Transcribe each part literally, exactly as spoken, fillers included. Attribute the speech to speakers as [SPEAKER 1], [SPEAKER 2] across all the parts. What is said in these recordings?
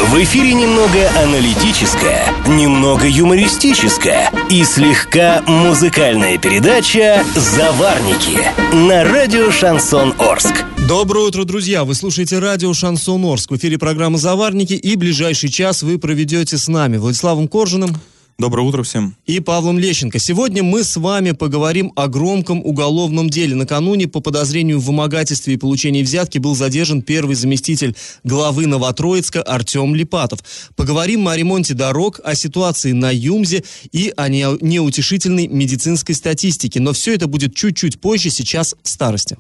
[SPEAKER 1] В эфире немного аналитическая, немного юмористическая и слегка музыкальная передача «Заварники» на радио «Шансон Орск».
[SPEAKER 2] Доброе утро, друзья! Вы слушаете радио «Шансон Орск». В эфире программа «Заварники», и ближайший час вы проведете с нами Владиславом Коржиным.
[SPEAKER 3] Доброе утро всем.
[SPEAKER 2] И Павлом Лещенко. Сегодня мы с вами поговорим о громком уголовном деле. Накануне по подозрению в вымогательстве и получении взятки был задержан первый заместитель главы Новотроицка Артем Липатов. Поговорим мы о ремонте дорог, о ситуации на ЮМЗе и о неутешительной медицинской статистике. Но все это будет чуть-чуть позже, сейчас старости.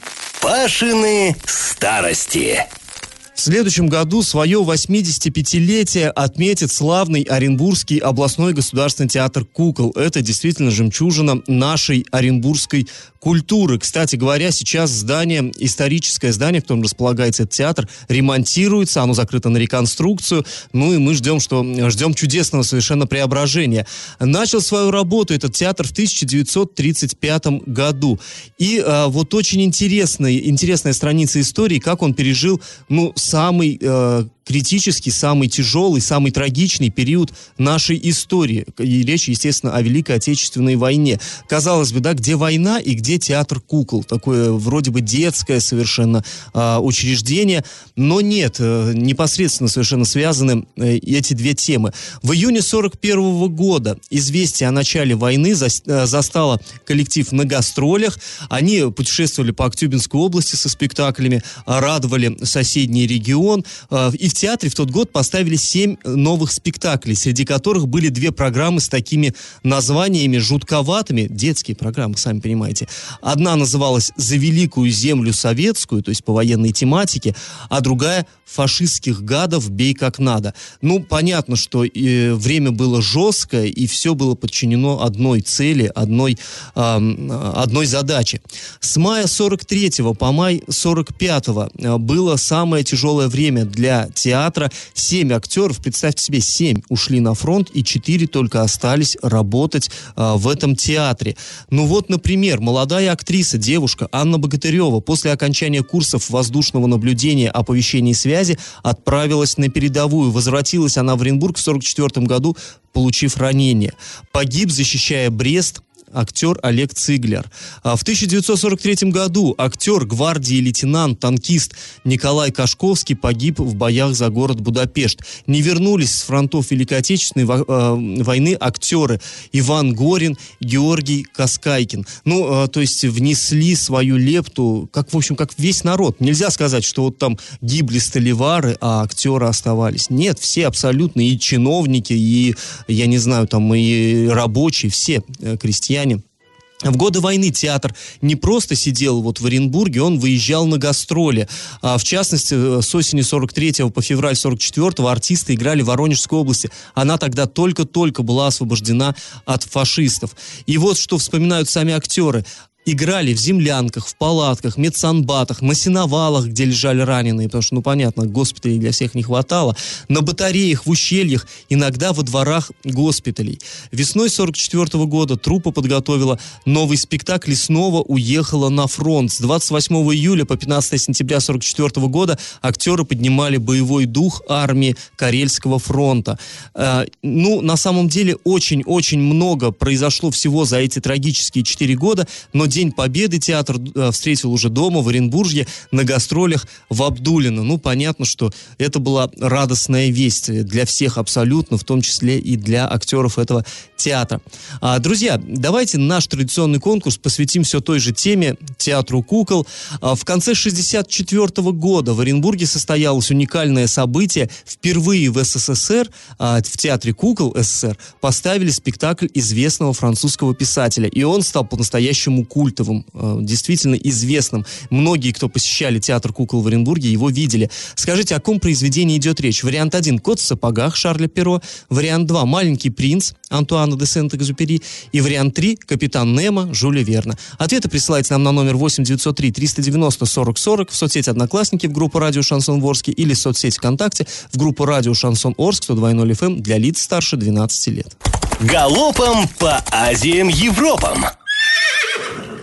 [SPEAKER 1] Пашины старости.
[SPEAKER 2] В следующем году свое восьмидесятипятилетие отметит славный Оренбургский областной государственный театр кукол. Это действительно жемчужина нашей оренбургской культуры. Кстати говоря, сейчас здание, историческое здание, в котором располагается этот театр, ремонтируется, оно закрыто на реконструкцию. Ну и мы ждем, что ждем чудесного совершенно преображения. Начал свою работу этот театр в тысяча девятьсот тридцать пятом году. И а, вот очень интересная, интересная страница истории, как он пережил, ну, самый э, критический, самый тяжелый, самый трагичный период нашей истории. И речь, естественно, о Великой Отечественной войне. Казалось бы, да, где война и где театр кукол? Такое вроде бы детское совершенно э, учреждение. Но нет, э, непосредственно совершенно связаны э, эти две темы. В июне сорок первого года известие о начале войны за, э, застало коллектив на гастролях. Они путешествовали по Актюбинской области со спектаклями, радовали соседний регион. Э, и в В театре в тот год поставили семь новых спектаклей, среди которых были две программы с такими названиями жутковатыми, детские программы, сами понимаете. Одна называлась «За великую землю советскую», то есть по военной тематике, а другая «Фашистских гадов бей как надо». Ну, понятно, что э, время было жесткое, и все было подчинено одной цели, одной, э, одной задаче. С мая сорок третьего по май сорок пятого было самое тяжелое время для театра. театра. Семь актеров, представьте себе, семь ушли на фронт, и четыре только остались работать а, в этом театре. Ну вот, например, молодая актриса, девушка Анна Богатырева после окончания курсов воздушного наблюдения, оповещения и связи отправилась на передовую. Возвратилась она в Оренбург в сорок четвертом году, получив ранение. Погиб, защищая Брест, актер Олег Циглер. В тысяча девятьсот сорок третьем году актер гвардии лейтенант, танкист Николай Кашковский погиб в боях за город Будапешт. Не вернулись с фронтов Великой Отечественной войны актеры Иван Горин, Георгий Каскайкин. Ну, то есть внесли свою лепту, как, в общем, как весь народ. Нельзя сказать, что вот там гибли столевары, а актеры оставались. Нет, все абсолютно, и чиновники, и, я не знаю, там, и рабочие, все крестьяне. В годы войны театр не просто сидел вот в Оренбурге, он выезжал на гастроли. А, в частности, с осени сорок третьего по февраль сорок четвертого артисты играли в Воронежской области. Она тогда только-только была освобождена от фашистов. И вот что вспоминают сами актеры. Играли в землянках, в палатках, медсанбатах, на сеновалах, где лежали раненые, потому что, ну, понятно, госпиталей для всех не хватало, на батареях, в ущельях, иногда во дворах госпиталей. Весной сорок четвертого года труппа подготовила новый спектакль и снова уехала на фронт. С двадцать восьмого июля по пятнадцатого сентября сорок четвертого года актеры поднимали боевой дух армии Карельского фронта. Э, ну, на самом деле, очень-очень много произошло всего за эти трагические четыре года, но День Победы театр э, встретил уже дома, в Оренбурге, на гастролях в Абдулино. Ну, понятно, что это была радостная весть для всех абсолютно, в том числе и для актеров этого театра. А, друзья, давайте наш традиционный конкурс посвятим все той же теме, театру кукол. А, в конце шестьдесят четвертого года в Оренбурге состоялось уникальное событие. Впервые в СССР, а, в театре кукол СССР, поставили спектакль известного французского писателя. И он стал по-настоящему культовым. культовым, действительно известным. Многие, кто посещали театр кукол в Оренбурге, его видели. Скажите, о каком произведении идет речь? Вариант один — «Кот в сапогах» Шарля Перро. Вариант два — «Маленький принц» Антуана де Сент-Экзюпери. И вариант три — «Капитан Немо» Жюля Верна. Ответы присылайте нам на номер восемь девятьсот три триста девяносто сорок сорок в соцсети «Одноклассники» в группу «Радио Шансон Орск» или в соцсети ВКонтакте в группу «Радио Шансон Орск» сто два ноль эф эм для лиц старше двенадцати лет.
[SPEAKER 1] Галопом по Азиям Европам!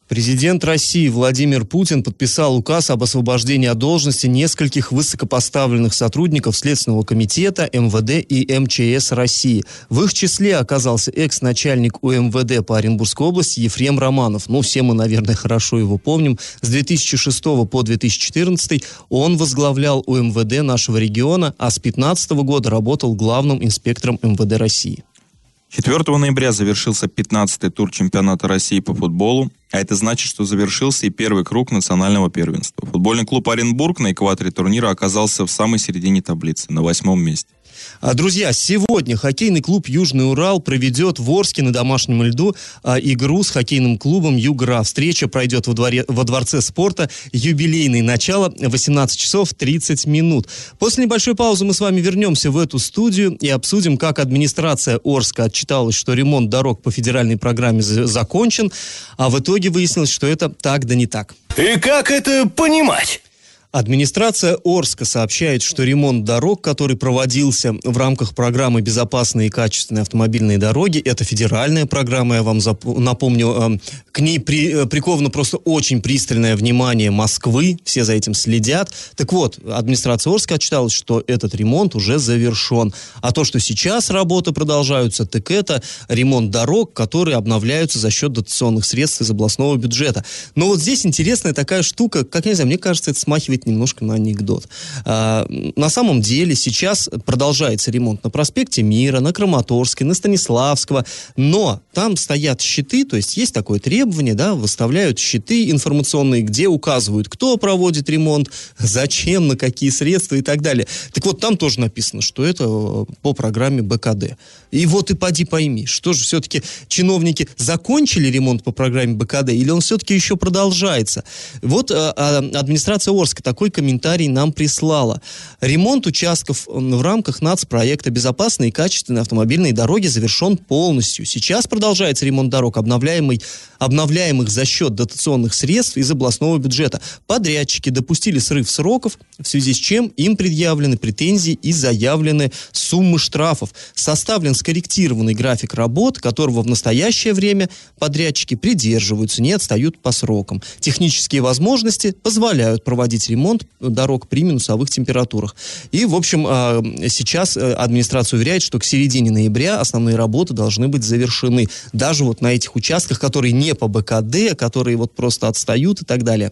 [SPEAKER 2] Президент России Владимир Путин подписал указ об освобождении от должности нескольких высокопоставленных сотрудников Следственного комитета, эм вэ дэ и эм че эс России. В их числе оказался экс-начальник у эм вэ дэ по Оренбургской области Ефрем Романов. Ну, все мы, наверное, хорошо его помним. С две тысячи шестого по две тысячи четырнадцатый он возглавлял у эм вэ дэ нашего региона, а с две тысячи пятнадцатого года работал главным инспектором эм вэ дэ России.
[SPEAKER 3] четвёртого ноября завершился пятнадцатый тур чемпионата России по футболу, а это значит, что завершился и первый круг национального первенства. Футбольный клуб «Оренбург» на экваторе турнира оказался в самой середине таблицы, на восьмом месте.
[SPEAKER 2] А, друзья, сегодня хоккейный клуб «Южный Урал» проведет в Орске на домашнем льду а, игру с хоккейным клубом «Югра». Встреча пройдет во, дворе, во Дворце спорта. Юбилейное начало восемнадцать часов тридцать минут. После небольшой паузы мы с вами вернемся в эту студию и обсудим, как администрация Орска отчиталась, что ремонт дорог по федеральной программе за- закончен, а в итоге выяснилось, что это так да не так.
[SPEAKER 1] И как это понимать?
[SPEAKER 2] Администрация Орска сообщает, что ремонт дорог, который проводился в рамках программы «Безопасные и качественные автомобильные дороги», это федеральная программа, я вам зап- напомню, э, к ней при, приковано просто очень пристальное внимание Москвы, все за этим следят. Так вот, администрация Орска отчиталась, что этот ремонт уже завершен. А то, что сейчас работы продолжаются, так это ремонт дорог, которые обновляются за счет дотационных средств из областного бюджета. Но вот здесь интересная такая штука, как я не знаю, мне кажется, это смахивает немножко на анекдот. А, на самом деле сейчас продолжается ремонт на проспекте Мира, на Краматорской, на Станиславского, но там стоят щиты, то есть есть такое требование, да, выставляют щиты информационные, где указывают, кто проводит ремонт, зачем, на какие средства и так далее. Так вот, там тоже написано, что это по программе бэ ка дэ. И вот и поди пойми, что же все-таки чиновники закончили ремонт по программе бэ ка дэ или он все-таки еще продолжается? Вот а, а, администрация Орска такой комментарий нам прислала. Ремонт участков в рамках нацпроекта «Безопасные и качественные автомобильные дороги» завершен полностью. Сейчас продолжается ремонт дорог, обновляемый, обновляемых за счет дотационных средств из областного бюджета. Подрядчики допустили срыв сроков, в связи с чем им предъявлены претензии и заявлены суммы штрафов. Составлен скорректированный график работ, которого в настоящее время подрядчики придерживаются, не отстают по срокам. Технические возможности позволяют проводить ремонт дорог при минусовых температурах. И, в общем, сейчас администрация уверяет, что к середине ноября основные работы должны быть завершены. Даже вот на этих участках, которые не по бэ ка дэ, которые вот просто отстают и так далее.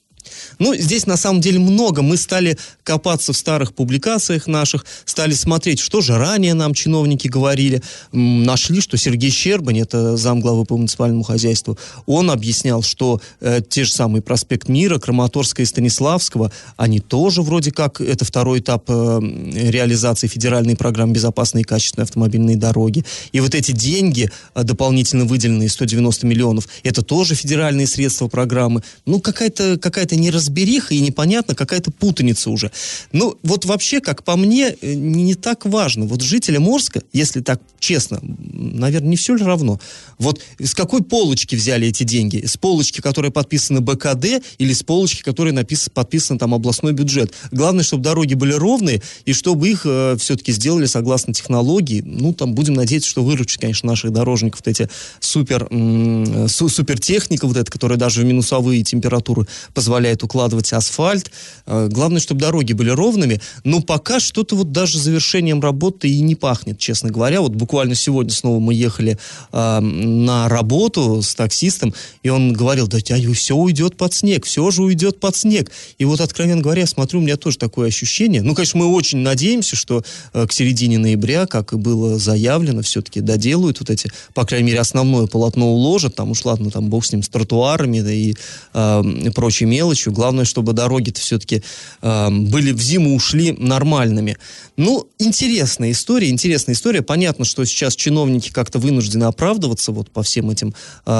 [SPEAKER 2] Ну, здесь на самом деле много. Мы стали копаться в старых публикациях наших, стали смотреть, что же ранее нам чиновники говорили. М, нашли, что Сергей Щербань, это замглавы по муниципальному хозяйству, он объяснял, что э, те же самые проспект Мира, Краматорская и Станиславского, они тоже вроде как, это второй этап э, реализации федеральной программы «Безопасные и качественные автомобильные дороги». И вот эти деньги, э, дополнительно выделенные сто девяносто миллионов, это тоже федеральные средства программы. Ну, какая-то, какая-то неразбериха и непонятно, какая-то путаница уже. Ну, вот вообще, как по мне, не так важно. Вот жителям Орска, если так честно, наверное, не все ли равно? Вот с какой полочки взяли эти деньги? С полочки, которая подписана бэ ка дэ, или с полочки, которая написан, подписан там областной бюджет? Главное, чтобы дороги были ровные, и чтобы их э, все-таки сделали согласно технологии. Ну, там, будем надеяться, что выручат, конечно, наших дорожников вот эти супер, м- су- супертехника вот эта, которая даже в минусовые температуры позволяет укладывать асфальт. Э, главное, чтобы дороги были ровными, но пока что-то вот даже завершением работы и не пахнет, честно говоря. Вот буквально сегодня снова мы ехали э, на работу с таксистом, и он говорил, да тя, все уйдет под снег, все же уйдет под снег. И вот, откровенно говоря, я смотрю, у меня тоже такое ощущение. Ну, конечно, мы очень надеемся, что э, к середине ноября, как и было заявлено, все-таки доделают вот эти, по крайней мере, основное полотно уложат, там уж ладно, там бог с ним, с тротуарами, да и э, прочей мелочью. Главное, чтобы дороги-то все-таки э, были в зиму ушли нормальными. Ну, интересная история, интересная история. Понятно, что сейчас чиновники как-то вынуждены оправдываться вот по всем этим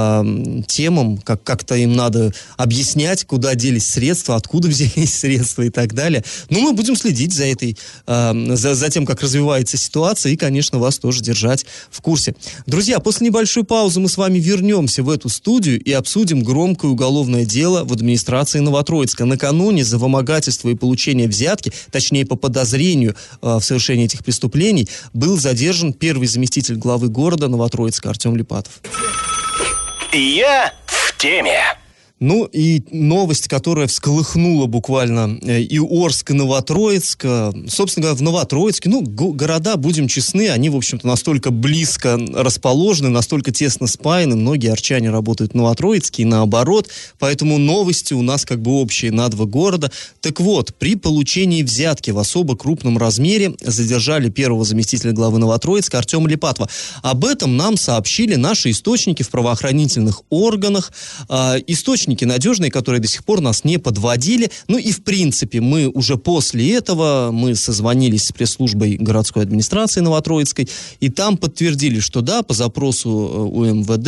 [SPEAKER 2] э, темам, как- как-то им надо объяснять, куда делись средства, откуда взялись средства и так далее. Но мы будем следить за этой, э, за, за тем, как развивается ситуация, и, конечно, вас тоже держать в курсе. Друзья, после небольшой паузы мы с вами вернемся в эту студию и обсудим громкое уголовное дело в администрации Новотроицка. Накануне за вымогательство и получение взятки, точнее по подозрению э, в совершении этих преступлений, был задержан первый заместитель главы города Новотроицка Артем Липатов.
[SPEAKER 1] Я в теме.
[SPEAKER 2] Ну и новость, которая всколыхнула буквально и Орск, и Новотроицк. Собственно говоря, в Новотроицке, ну, го- города, будем честны, они, в общем-то, настолько близко расположены, настолько тесно спаяны. Многие арчане работают в Новотроицке и наоборот. Поэтому новости у нас как бы общие на два города. Так вот, при получении взятки в особо крупном размере задержали первого заместителя главы Новотроицка Артема Липатова. Об этом нам сообщили наши источники в правоохранительных органах. Э, источники надежные, которые до сих пор нас не подводили. Ну и, в принципе, мы уже после этого, мы созвонились с пресс-службой городской администрации Новотроицкой, и там подтвердили, что да, по запросу у эм вэ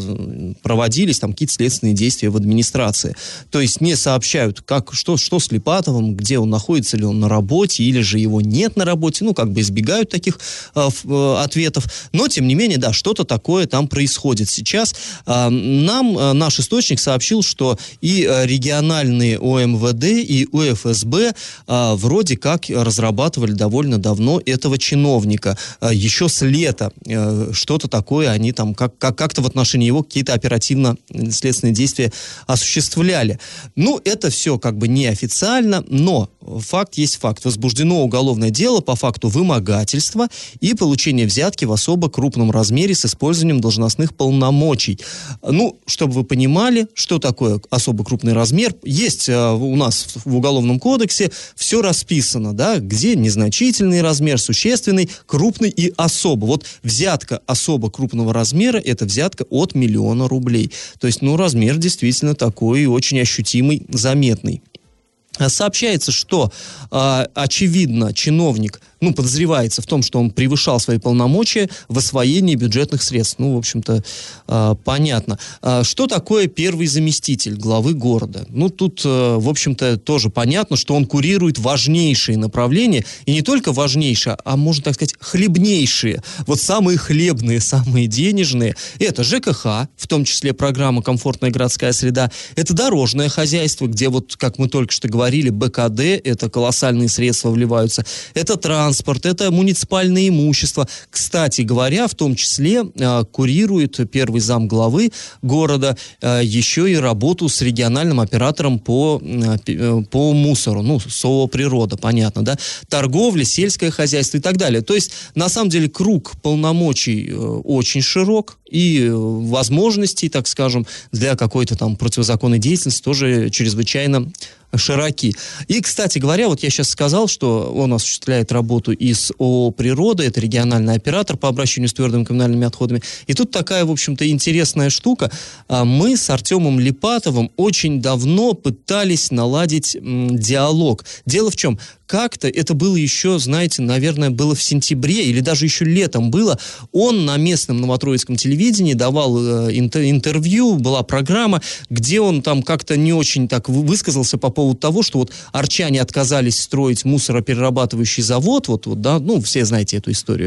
[SPEAKER 2] дэ проводились там какие-то следственные действия в администрации. То есть не сообщают, как, что, что с Липатовым, где он находится, ли он на работе, или же его нет на работе. Ну, как бы избегают таких э, э, ответов. Но, тем не менее, да, что-то такое там происходит сейчас. Э, нам э, наш источник сообщил, что и региональные о эм вэ дэ, и о эф эс бэ а, вроде как разрабатывали довольно давно этого чиновника. А, еще с лета а, что-то такое они там, как, как, как-то в отношении его какие-то оперативно-следственные действия осуществляли. Ну, это все как бы неофициально, но факт есть факт. Возбуждено уголовное дело по факту вымогательства и получения взятки в особо крупном размере с использованием должностных полномочий. Ну, чтобы вы понимали, что такое особо крупный размер. Есть а, у нас в, в Уголовном кодексе все расписано, да, где незначительный размер, существенный, крупный и особо. Вот взятка особо крупного размера – это взятка от миллиона рублей. То есть, ну, размер действительно такой очень ощутимый, заметный. Сообщается, что, э, очевидно, чиновник, ну, подозревается в том, что он превышал свои полномочия в освоении бюджетных средств. Ну, в общем-то, э, понятно. Э, что такое первый заместитель главы города? Ну, тут, э, в общем-то, тоже понятно, что он курирует важнейшие направления, и не только важнейшие, а, можно так сказать, хлебнейшие. Вот самые хлебные, самые денежные. Это жэ ка ха, в том числе программа «Комфортная городская среда». Это дорожное хозяйство, где, вот, как мы только что говорили, бэ ка дэ, это колоссальные средства вливаются. Это транспорт. Транспорт, это муниципальное имущество. Кстати говоря, в том числе э, курирует первый зам главы города э, еще и работу с региональным оператором по, э, по мусору. Ну, СОО «Природа», понятно, да? Торговля, сельское хозяйство и так далее. То есть, на самом деле, круг полномочий э, очень широк, и возможностей, так скажем, для какой-то там противозаконной деятельности тоже чрезвычайно широки. И, кстати говоря, вот я сейчас сказал, что он осуществляет работу и с ООО «Природа», это региональный оператор по обращению с твердыми коммунальными отходами. И тут такая, в общем-то, интересная штука. Мы с Артемом Липатовым очень давно пытались наладить м, диалог. Дело в чем? Как-то это было еще, знаете, наверное, было в сентябре или даже еще летом было. Он на местном новотроицком телевидении давал э, интервью, была программа, где он там как-то не очень так высказался по поводу того, что вот арчане отказались строить мусороперерабатывающий завод, вот, вот, да, ну, все знаете эту историю.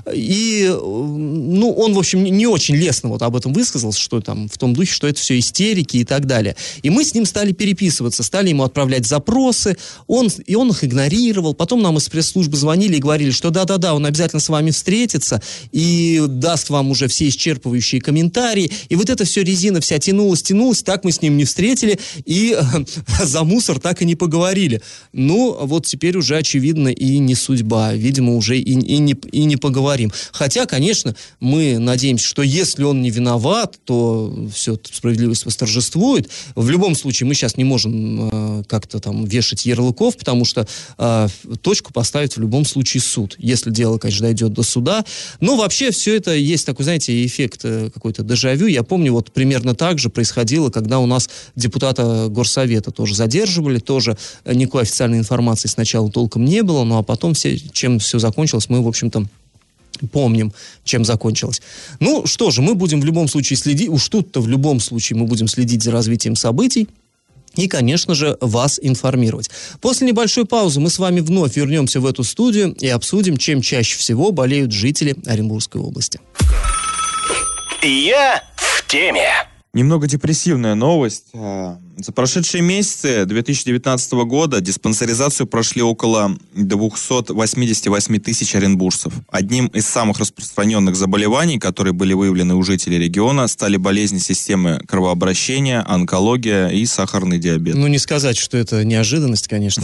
[SPEAKER 2] И, ну, он, в общем, не очень лестно вот об этом высказался, что там в том духе, что это все истерики и так далее. И мы с ним стали переписываться, стали ему отправлять запросы, он, и он их игнорировал. Потом нам из пресс-службы звонили и говорили, что да-да-да, он обязательно с вами встретится и даст вам уже все исчерпывающие комментарии. И вот это все резина вся тянулась, тянулась, так мы с ним не встретили и э, за мусор так и не поговорили. Ну, вот теперь уже, очевидно, и не судьба. Видимо, уже и, и, не, и не поговорим. Хотя, конечно, мы надеемся, что если он не виноват, то все, справедливость восторжествует. В любом случае, мы сейчас не можем э, как-то там вешать ярлыков, потому что э, точку поставит в любом случае суд, если дело, конечно, дойдет до суда. Но вообще все это есть такой, знаете, эффект э, какой-то дежавю. Я помню, вот примерно так же происходило, когда у нас депутата горсовета тоже задерживали, тоже никакой официальной информации сначала толком не было, ну а потом все, чем все закончилось, мы, в общем-то, помним, чем закончилось. Ну что же, мы будем в любом случае следить, уж тут-то в любом случае мы будем следить за развитием событий и, конечно же, вас информировать. После небольшой паузы мы с вами вновь вернемся в эту студию и обсудим, чем чаще всего болеют жители Оренбургской области.
[SPEAKER 1] Я в теме.
[SPEAKER 3] Немного депрессивная новость. За прошедшие месяцы две тысячи девятнадцатого года диспансеризацию прошли около двести восемьдесят восемь тысяч оренбуржцев. Одним из самых распространенных заболеваний, которые были выявлены у жителей региона, стали болезни системы кровообращения, онкология и сахарный диабет.
[SPEAKER 2] Ну, не сказать, что это неожиданность, конечно.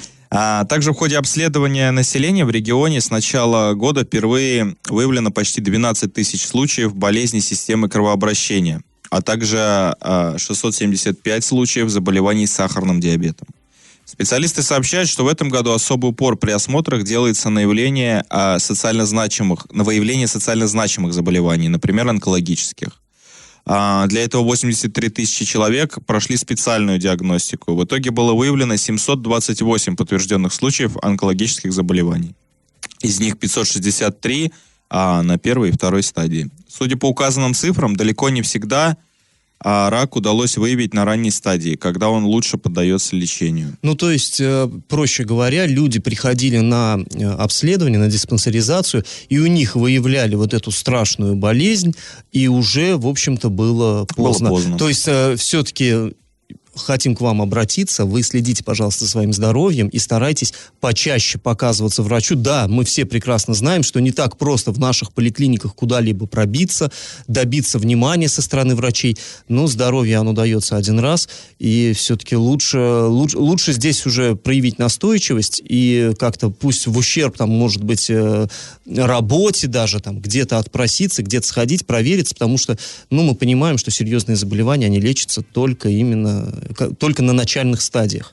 [SPEAKER 3] А также в ходе обследования населения в регионе с начала года впервые выявлено почти двенадцать тысяч случаев болезни системы кровообращения, а также шестьсот семьдесят пять случаев заболеваний сахарным диабетом. Специалисты сообщают, что в этом году особый упор при осмотрах делается на явление социально значимых, на выявление социально значимых заболеваний, например, онкологических. Для этого восемьдесят три тысячи человек прошли специальную диагностику. В итоге было выявлено семьсот двадцать восемь подтвержденных случаев онкологических заболеваний. Из них пятьсот шестьдесят три а, на первой и второй стадии. Судя по указанным цифрам, далеко не всегда а рак удалось выявить на ранней стадии, когда он лучше поддается лечению.
[SPEAKER 2] Ну, то есть, э, проще говоря, люди приходили на э, обследование, на диспансеризацию, и у них выявляли вот эту страшную болезнь, и уже, в общем-то, было поздно.
[SPEAKER 3] Было поздно.
[SPEAKER 2] То есть, э, все-таки хотим к вам обратиться, вы следите, пожалуйста, за своим здоровьем и старайтесь почаще показываться врачу. Да, мы все прекрасно знаем, что не так просто в наших поликлиниках куда-либо пробиться, добиться внимания со стороны врачей, но здоровье, оно дается один раз, и все-таки лучше, лучше, лучше здесь уже проявить настойчивость и как-то, пусть в ущерб, там, может быть, работе даже, там, где-то отпроситься, где-то сходить, провериться, потому что, ну, мы понимаем, что серьезные заболевания, они лечатся только именно только на начальных стадиях.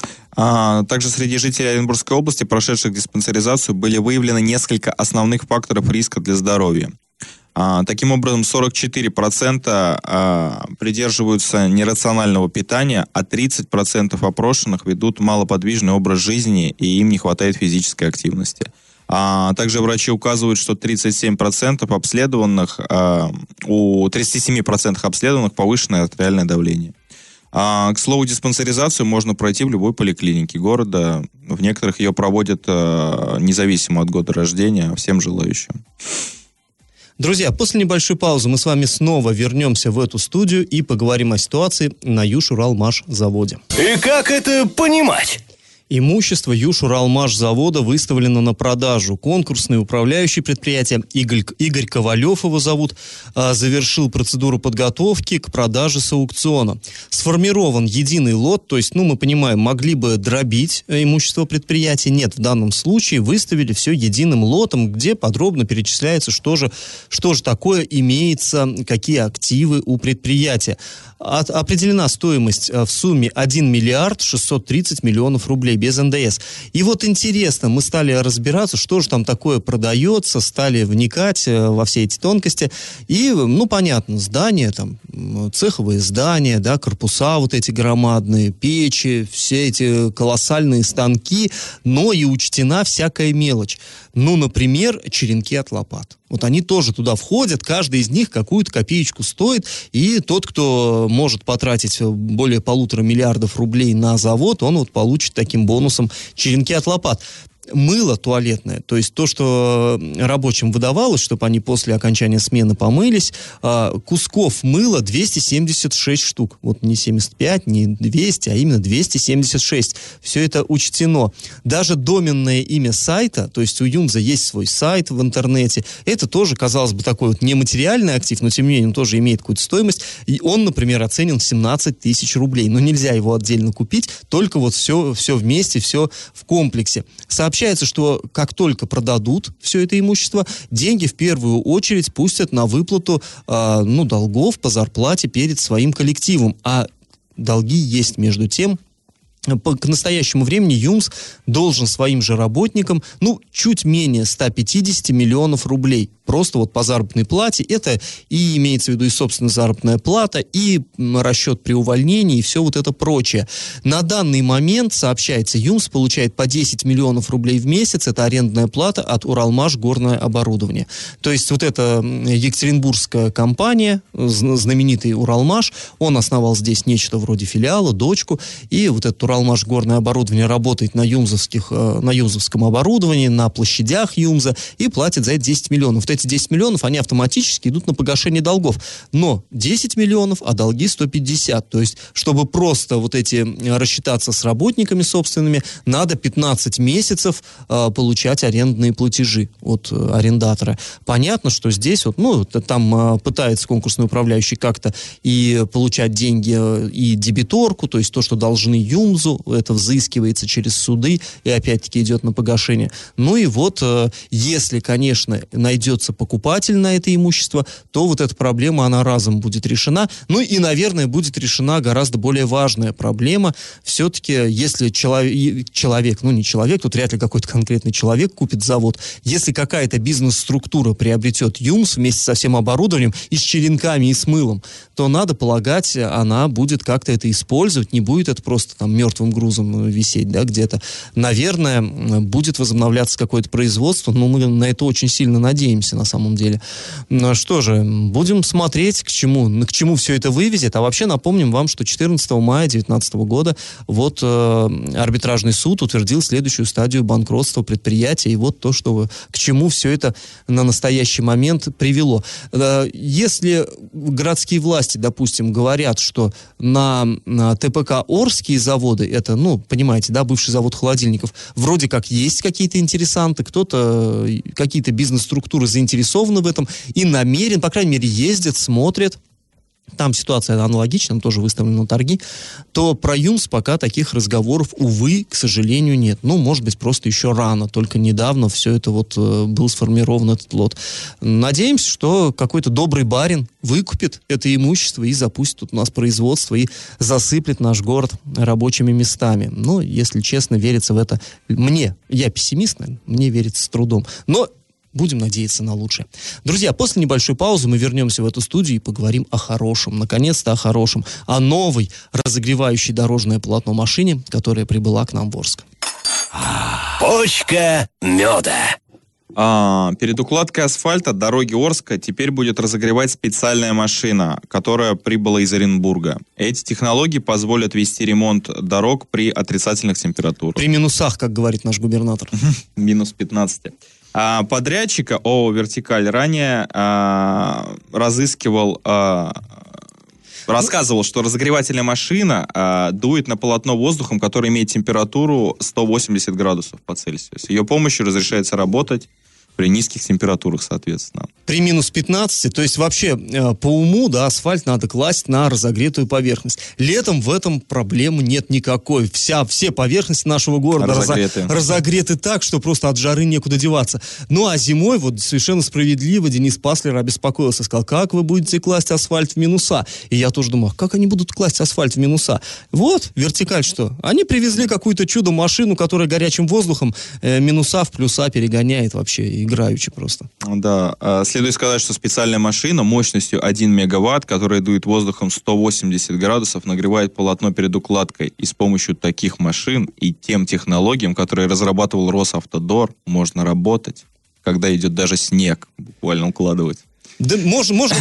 [SPEAKER 3] А, также среди жителей Оренбургской области, прошедших диспансеризацию, были выявлены несколько основных факторов риска для здоровья. А, таким образом, сорок четыре процента а, придерживаются нерационального питания, а тридцать процентов опрошенных ведут малоподвижный образ жизни, и им не хватает физической активности. А также врачи указывают, что тридцать семь процентов обследованных, а, у тридцать семь процентов обследованных повышенное артериальное давление. А, к слову, диспансеризацию можно пройти в любой поликлинике города. В некоторых ее проводят а, независимо от года рождения, всем желающим.
[SPEAKER 2] Друзья, после небольшой паузы мы с вами снова вернемся в эту студию и поговорим о ситуации на Южуралмашзаводе.
[SPEAKER 1] И как это понимать?
[SPEAKER 2] Имущество Южуралмашзавода выставлено на продажу. Конкурсный управляющий предприятия Игорь, Игорь Ковалев, его зовут, завершил процедуру подготовки к продаже с аукциона. Сформирован единый лот, то есть, ну, мы понимаем, могли бы дробить имущество предприятия. Нет, в данном случае выставили все единым лотом, где подробно перечисляется, что же, что же такое имеется, какие активы у предприятия. От, определена стоимость в сумме один миллиард шестьсот тридцать миллионов рублей без эн дэ эс. И вот интересно, мы стали разбираться, что же там такое продается, стали вникать во все эти тонкости. И, ну, понятно, здания, там, цеховые здания, да, корпуса вот эти громадные, печи, все эти колоссальные станки, но и учтена всякая мелочь. Ну, например, черенки от лопат. Вот они тоже туда входят, каждый из них какую-то копеечку стоит, и тот, кто может потратить более полутора миллиардов рублей на завод, он вот получит таким бонусом черенки от лопат. Мыло туалетное, то есть то, что рабочим выдавалось, чтобы они после окончания смены помылись, кусков мыла двести семьдесят шесть штук. Вот не семьдесят пять, не двести, а именно двести семьдесят шесть. Все это учтено. Даже доменное имя сайта, то есть у Юнза есть свой сайт в интернете, это тоже, казалось бы, такой вот нематериальный актив, но тем не менее он тоже имеет какую-то стоимость. И он, например, оценен в семнадцать тысяч рублей. Но нельзя его отдельно купить, только вот все, все вместе, все в комплексе. Сообщается, что как только продадут все это имущество, деньги в первую очередь пустят на выплату э, ну, долгов по зарплате перед своим коллективом. А долги есть между тем. К настоящему времени ЮМС должен своим же работникам, ну, чуть менее ста пятидесяти миллионов рублей. Просто вот по заработной плате. Это и имеется в виду и собственная заработная плата, и расчет при увольнении, и все вот это прочее. На данный момент, сообщается, ЮМС получает по десять миллионов рублей в месяц. Это арендная плата от Уралмаш горное оборудование. То есть вот эта екатеринбургская компания, знаменитый Уралмаш, он основал здесь нечто вроде филиала, дочку, и вот этот Уралмаш горное оборудование работает на, юмзовских, на юмзовском оборудовании, на площадях Юмза и платит за это десять миллионов. Вот эти десять миллионов, они автоматически идут на погашение долгов. Но десять миллионов, а долги сто пятьдесят. То есть, чтобы просто вот эти рассчитаться с работниками собственными, надо пятнадцать месяцев э, получать арендные платежи от э, арендатора. Понятно, что здесь вот, ну, там э, пытается конкурсный управляющий как-то и получать деньги, э, и дебиторку, то есть то, что должны Юмзу, это взыскивается через суды и опять-таки идет на погашение. Ну и вот, э, если, конечно, найдется покупатель на это имущество, то вот эта проблема, она разом будет решена. Ну и, наверное, будет решена гораздо более важная проблема. Все-таки, если человек, человек, ну не человек, тут вряд ли какой-то конкретный человек купит завод, если какая-то бизнес-структура приобретет Юмс вместе со всем оборудованием и с черенками, и с мылом, то, надо полагать, она будет как-то это использовать, не будет это просто там мертвым грузом висеть, да, где-то. Наверное, будет возобновляться какое-то производство, но мы на это очень сильно надеемся, на самом деле. Ну, что же, будем смотреть, к чему, к чему все это вывезет. А вообще напомним вам, что четырнадцатого мая две тысячи девятнадцатого года вот э, арбитражный суд утвердил следующую стадию банкротства предприятия, и вот то, что, к чему все это на настоящий момент привело. Э, если городские власти, допустим, говорят, что на, на ТПК Орские заводы, это, ну, понимаете, да, бывший завод холодильников, вроде как есть какие-то интересанты, кто-то, какие-то бизнес-структуры заинтересованы в этом и намерен, по крайней мере, ездят, смотрят, там ситуация аналогична, там тоже выставлены на торги, то про Юмс пока таких разговоров, увы, к сожалению, нет. Ну, может быть, просто еще рано, только недавно все это вот э, был сформирован этот лот. Надеемся, что какой-то добрый барин выкупит это имущество и запустит тут у нас производство и засыплет наш город рабочими местами. Ну, если честно, верится в это мне. Я пессимист, наверное, мне верится с трудом. Но будем надеяться на лучшее. Друзья, после небольшой паузы мы вернемся в эту студию и поговорим о хорошем, наконец-то о хорошем, о новой разогревающей дорожное полотно машине, которая прибыла к нам в Орск.
[SPEAKER 1] Почка меда.
[SPEAKER 3] А, перед укладкой асфальта дороги Орска теперь будет разогревать специальная машина, которая прибыла из Оренбурга. Эти технологии позволят вести ремонт дорог при отрицательных температурах.
[SPEAKER 2] При минусах, как говорит наш губернатор.
[SPEAKER 3] Минус пятнадцать. А подрядчика ООО «Вертикаль» ранее а, разыскивал, а, рассказывал, что разогревательная машина а, дует на полотно воздухом, которое имеет температуру сто восемьдесят градусов по Цельсию. С ее помощью разрешается работать при низких температурах, соответственно.
[SPEAKER 2] При минус пятнадцати, то есть вообще э, по уму, да, асфальт надо класть на разогретую поверхность. Летом в этом проблемы нет никакой. Вся, все поверхности нашего города разогреты. Разо, разогреты так, что просто от жары некуда деваться. Ну а зимой, вот совершенно справедливо, Денис Паслер обеспокоился, сказал, как вы будете класть асфальт в минуса? И я тоже думаю, как они будут класть асфальт в минуса? Вот, «Вертикаль» что? Они привезли какую-то чудо-машину, которая горячим воздухом э, минуса в плюса перегоняет вообще, играючи просто.
[SPEAKER 3] Да, следует сказать, что специальная машина мощностью один мегаватт, которая дует воздухом сто восемьдесят градусов, нагревает полотно перед укладкой. И с помощью таких машин и тем технологиям, которые разрабатывал Росавтодор, можно работать, когда идет даже снег, буквально укладывать.
[SPEAKER 2] Да, можно, можно,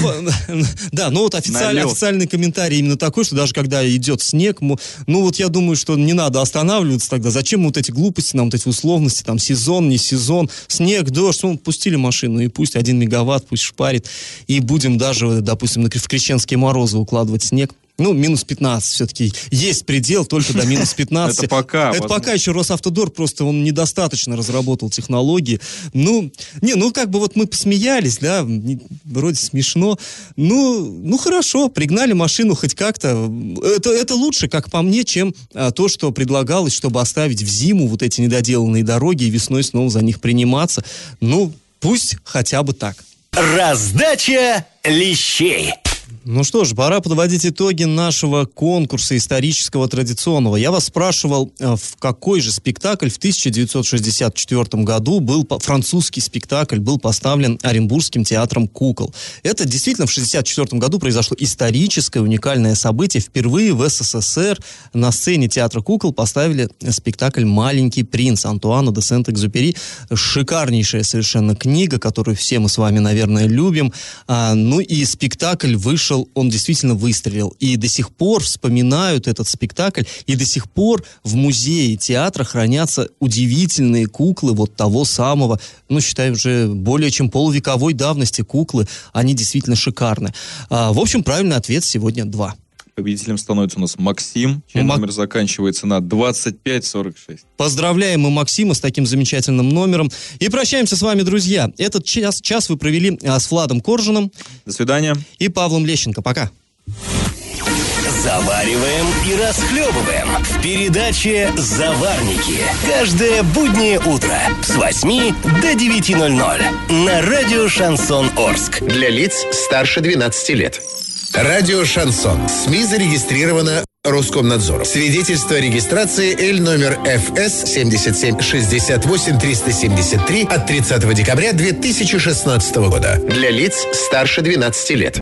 [SPEAKER 2] да, но вот официальный, официальный комментарий именно такой, что даже когда идет снег, ну вот я думаю, что не надо останавливаться тогда. Зачем вот эти глупости, нам вот эти условности, там сезон, не сезон, снег, дождь, ну пустили машину и пусть один мегаватт, пусть шпарит, и будем даже, допустим, в крещенские морозы укладывать снег. Ну, минус пятнадцать все-таки. Есть предел только до минус пятнадцати.
[SPEAKER 3] Это пока.
[SPEAKER 2] Это пока еще Росавтодор, просто он недостаточно разработал технологии. Ну, не, ну как бы вот мы посмеялись, да, вроде смешно. Ну, ну хорошо, пригнали машину хоть как-то. Это, это лучше, как по мне, чем а, то, что предлагалось, чтобы оставить в зиму вот эти недоделанные дороги и весной снова за них приниматься. Ну, пусть хотя бы так.
[SPEAKER 1] Раздача лещей.
[SPEAKER 2] Ну что ж, пора подводить итоги нашего конкурса исторического традиционного. Я вас спрашивал, в какой же спектакль в тысяча девятьсот шестьдесят четвёртом году был, французский спектакль был поставлен Оренбургским театром кукол. Это действительно в шестьдесят четвёртом году произошло историческое уникальное событие. Впервые в СССР на сцене театра кукол поставили спектакль «Маленький принц» Антуана де Сент-Экзюпери. Шикарнейшая совершенно книга, которую все мы с вами, наверное, любим. А, ну и спектакль вышел вышел, он действительно выстрелил. И до сих пор вспоминают этот спектакль, и до сих пор в музее театра хранятся удивительные куклы вот того самого, ну, считай, уже более чем полувековой давности куклы. Они действительно шикарны. А, в общем, правильный ответ сегодня два.
[SPEAKER 3] Победителем становится у нас Максим, чей
[SPEAKER 2] Мак...
[SPEAKER 3] номер заканчивается на двадцать пять сорок шесть.
[SPEAKER 2] Поздравляем мы Максима с таким замечательным номером. И прощаемся с вами, друзья. Этот час, час вы провели а, с Владом Коржиным.
[SPEAKER 3] До свидания.
[SPEAKER 2] И Павлом Лещенко. Пока.
[SPEAKER 1] Завариваем и расхлебываем в передаче «Заварники». Каждое буднее утро с восьми до девяти ноль-ноль на радио «Шансон Орск».
[SPEAKER 4] Для лиц старше двенадцати лет. Радио «Шансон». СМИ зарегистрировано Роскомнадзором. Свидетельство о регистрации Л номер Ф С семь семь шесть восемь три семь три от тридцатого декабря две тысячи шестнадцатого года. Для лиц старше двенадцати лет.